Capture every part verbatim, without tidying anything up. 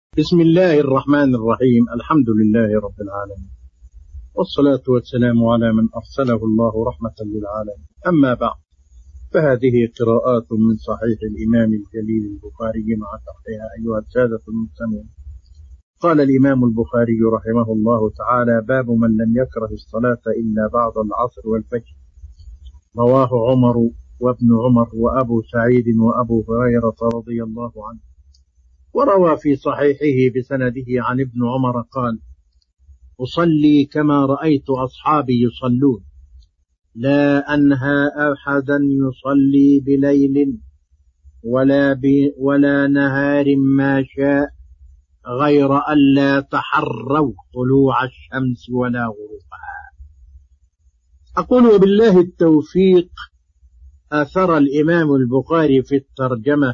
بسم الله الرحمن الرحيم. الحمد لله رب العالمين، والصلاة والسلام على من أرسله الله رحمة للعالمين. أما بعد، فهذه قراءات من صحيح الإمام الجليل البخاري مع شرحها أيها السادة المستمعون. قال الإمام البخاري رحمه الله تعالى: باب من لم يكره الصلاة إلا بعد العصر والفجر. رواه عمر وابن عمر وأبو سعيد وأبو هريرة رضي الله عنه. وروى في صحيحه بسنده عن ابن عمر قال: أصلي كما رأيت أصحابي يصلون، لا أنهى أحدا يصلي بليل ولا, ب ولا نهار ما شاء، غير ألا تحروا طلوع الشمس ولا غروبها. أقول وبالله التوفيق. أثر الإمام البخاري في الترجمة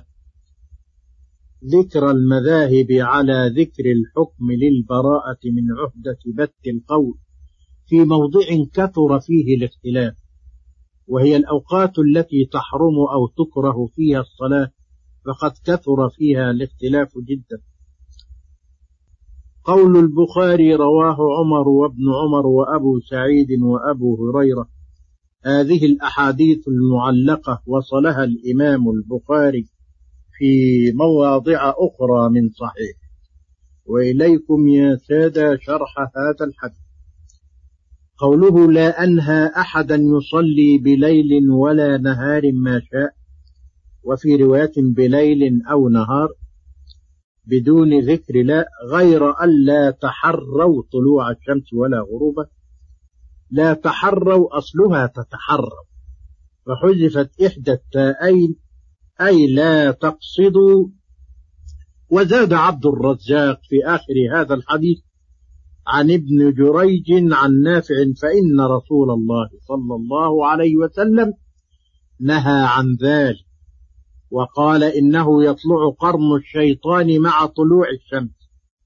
ذكر المذاهب على ذكر الحكم للبراءة من عهدة بت القول في موضع كثر فيه الاختلاف، وهي الأوقات التي تحرم أو تكره فيها الصلاة، فقد كثر فيها الاختلاف جدا. قول البخاري: رواه عمر وابن عمر وأبو سعيد وأبو هريرة. هذه الأحاديث المعلقة وصلها الإمام البخاري في مواضع أخرى من صحيح، وإليكم يا سادة شرح هذا الحديث. قوله: لا أنهى أحدا يصلي بليل ولا نهار ما شاء، وفي رواية بليل أو نهار بدون ذكر لا، غير ألا تحروا طلوع الشمس ولا غروبه. لا تحروا أصلها تتحروا، فحذفت إحدى التاءين أي لا تقصدوا. وزاد عبد الرزاق في آخر هذا الحديث عن ابن جريج عن نافع: فإن رسول الله صلى الله عليه وسلم نهى عن ذلك، وقال: إنه يطلع قرن الشيطان مع طلوع الشمس.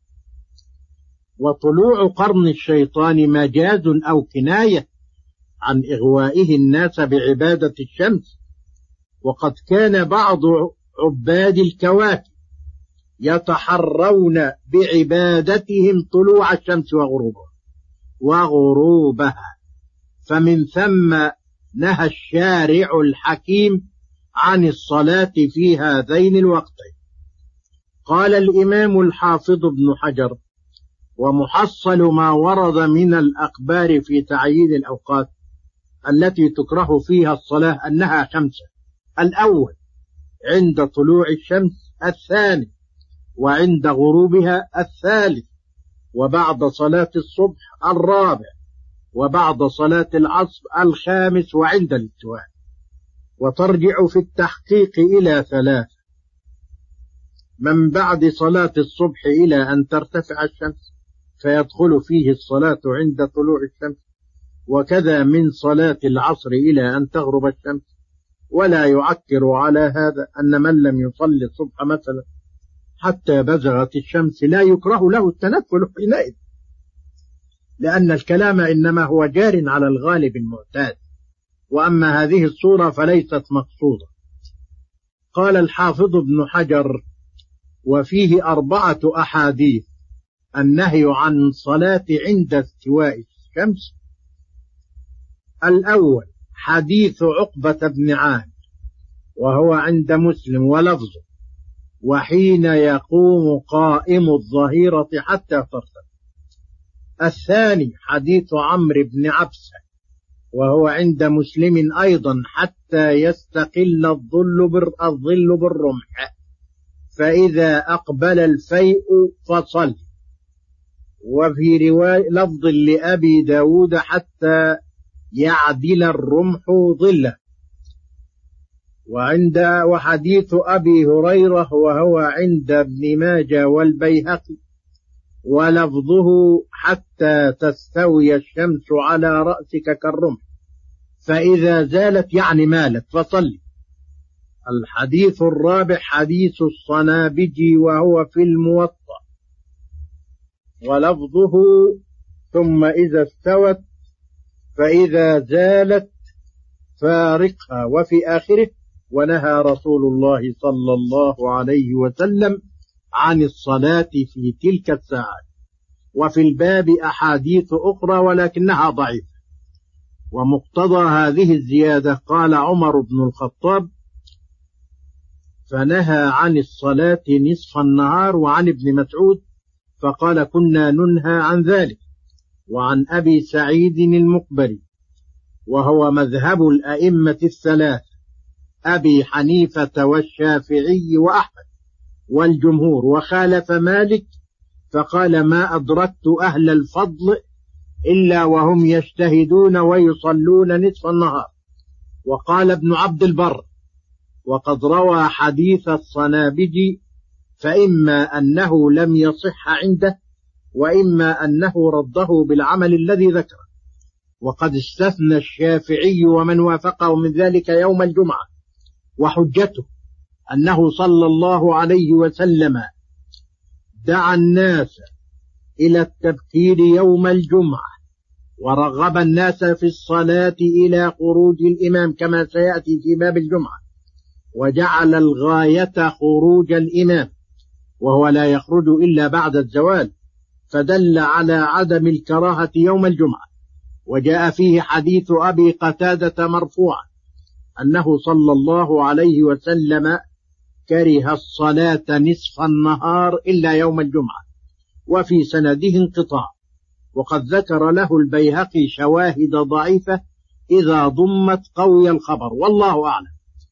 وطلوع قرن الشيطان مجاز أو كناية عن إغوائه الناس بعبادة الشمس، وقد كان بعض عباد الكواكب يتحرون بعبادتهم طلوع الشمس وغروبها وغروبها فمن ثم نهى الشارع الحكيم عن الصلاة في هذين الوقتين. قال الإمام الحافظ ابن حجر: ومحصل ما ورد من الأخبار في تعيين الأوقات التي تكره فيها الصلاة أنها خمسة: الأول عند طلوع الشمس، الثاني وعند غروبها، الثالث وبعد صلاة الصبح، الرابع وبعد صلاة العصر، الخامس وعند الاستواء. وترجع في التحقيق إلى ثلاثة: من بعد صلاة الصبح إلى أن ترتفع الشمس فيدخل فيه الصلاة عند طلوع الشمس، وكذا من صلاة العصر إلى أن تغرب الشمس. ولا يعكر على هذا أن من لم يصلي الصبح مثلا حتى بزغت الشمس لا يكره له التنفل حينئذ، لأن الكلام إنما هو جار على الغالب المعتاد، وأما هذه الصورة فليست مقصودة. قال الحافظ ابن حجر: وفيه أربعة أحاديث: النهي عن صلاة عند استواء الشمس. الأول حديث عقبة بن عامر، وهو عند مسلم ولفظه: وحين يقوم قائم الظهيرة حتى ترتفع. الثاني حديث عمرو بن عبسة، وهو عند مسلم أيضا: حتى يستقل الظل بالرمح، فإذا أقبل الفيء فصل. وفي رواية لفظ لأبي داود: حتى يعدل الرمح ظله. وعند وحديث أبي هريرة، وهو عند ابن ماجه والبيهقي، ولفظه: حتى تستوي الشمس على رأسك كالرمح، فإذا زالت يعني مالت فصلي. الحديث الرابع حديث الصنابجي، وهو في الموطأ، ولفظه: ثم إذا استوت فإذا زالت فارقها. وفي آخره: ونهى رسول الله صلى الله عليه وسلم عن الصلاة في تلك الساعات. وفي الباب أحاديث أخرى ولكنها ضعيفة. ومقتضى هذه الزيادة قال عمر بن الخطاب فنهى عن الصلاة نصف النهار، وعن ابن مسعود فقال كنا ننهى عن ذلك، وعن أبي سعيد المقبري وهو مذهب الأئمة الثلاثة أبي حنيفة والشافعي وأحمد والجمهور، وخالف مالك فقال ما أدركت أهل الفضل إلا وهم يجتهدون ويصلون نصف النهار. وقال ابن عبد البر وقد روى حديث الصنابجي فإما أنه لم يصح عنده وإما أنه رده بالعمل الذي ذكره. وقد استثنى الشافعي ومن وافقه من ذلك يوم الجمعة، وحجته أنه صلى الله عليه وسلم دعا الناس إلى التبكير يوم الجمعة ورغب الناس في الصلاة إلى خروج الإمام كما سيأتي في باب الجمعة، وجعل الغاية خروج الإمام وهو لا يخرج إلا بعد الزوال، فدل على عدم الكراهة يوم الجمعة. وجاء فيه حديث أبي قتادة مرفوعا أنه صلى الله عليه وسلم كره الصلاة نصف النهار إلا يوم الجمعة، وفي سنده انقطاع، وقد ذكر له البيهقي شواهد ضعيفة إذا ضمت قوي الخبر، والله أعلم.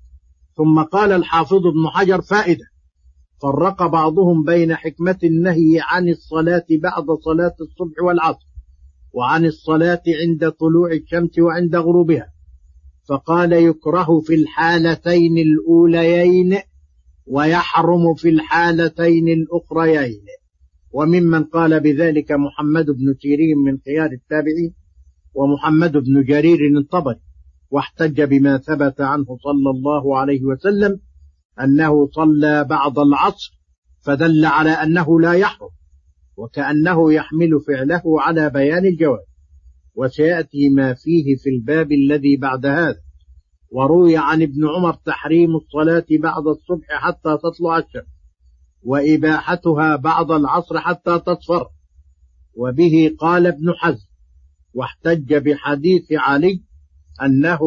ثم قال الحافظ ابن حجر فائدة: فرق بعضهم بين حكمة النهي عن الصلاة بعد صلاة الصبح والعصر وعن الصلاة عند طلوع الشمس وعند غروبها، فقال يكره في الحالتين الأوليين ويحرم في الحالتين الأخريين. وممن قال بذلك محمد بن سيرين من خيار التابعين ومحمد بن جرير الطبري، واحتج بما ثبت عنه صلى الله عليه وسلم أنه صلى بعد العصر فدل على أنه لا يحرم، وكأنه يحمل فعله على بيان الجواز، وسيأتي ما فيه في الباب الذي بعد هذا. وروي عن ابن عمر تحريم الصلاة بعد الصبح حتى تطلع الشمس، وإباحتها بعد العصر حتى تصفر، وبه قال ابن حزم، واحتج بحديث علي أنه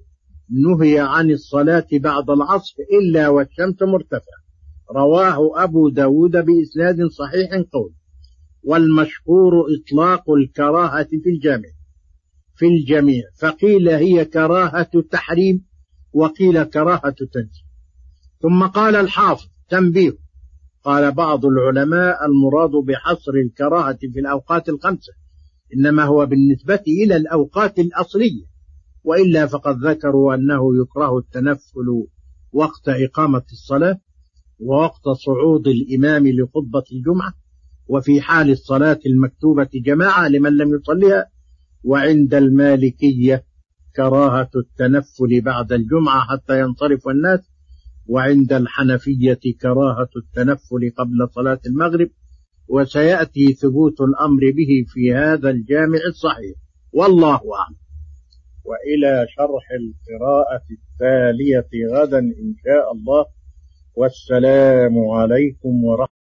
نهي عن الصلاة بعد العصر إلا والشمس مرتفعة، رواه أبو داود بإسناد صحيح قول. والمشهور إطلاق الكراهة في الجامع في الجميع، فقيل هي كراهة تحريم وقيل كراهة تنزيه. ثم قال الحافظ تنبيه، قال بعض العلماء المراد بحصر الكراهة في الأوقات الخمسة إنما هو بالنسبة إلى الأوقات الأصلية، وإلا فقد ذكروا أنه يكره التنفل وقت إقامة الصلاة ووقت صعود الإمام لخطبة الجمعة وفي حال الصلاة المكتوبة جماعة لمن لم يصليها. وعند المالكية كراهة التنفل بعد الجمعة حتى ينصرف الناس، وعند الحنفية كراهة التنفل قبل صلاة المغرب، وسيأتي ثبوت الأمر به في هذا الجامع الصحيح، والله أعلم. وإلى شرح القراءة التالية غدا إن شاء الله، والسلام عليكم ورحمة الله.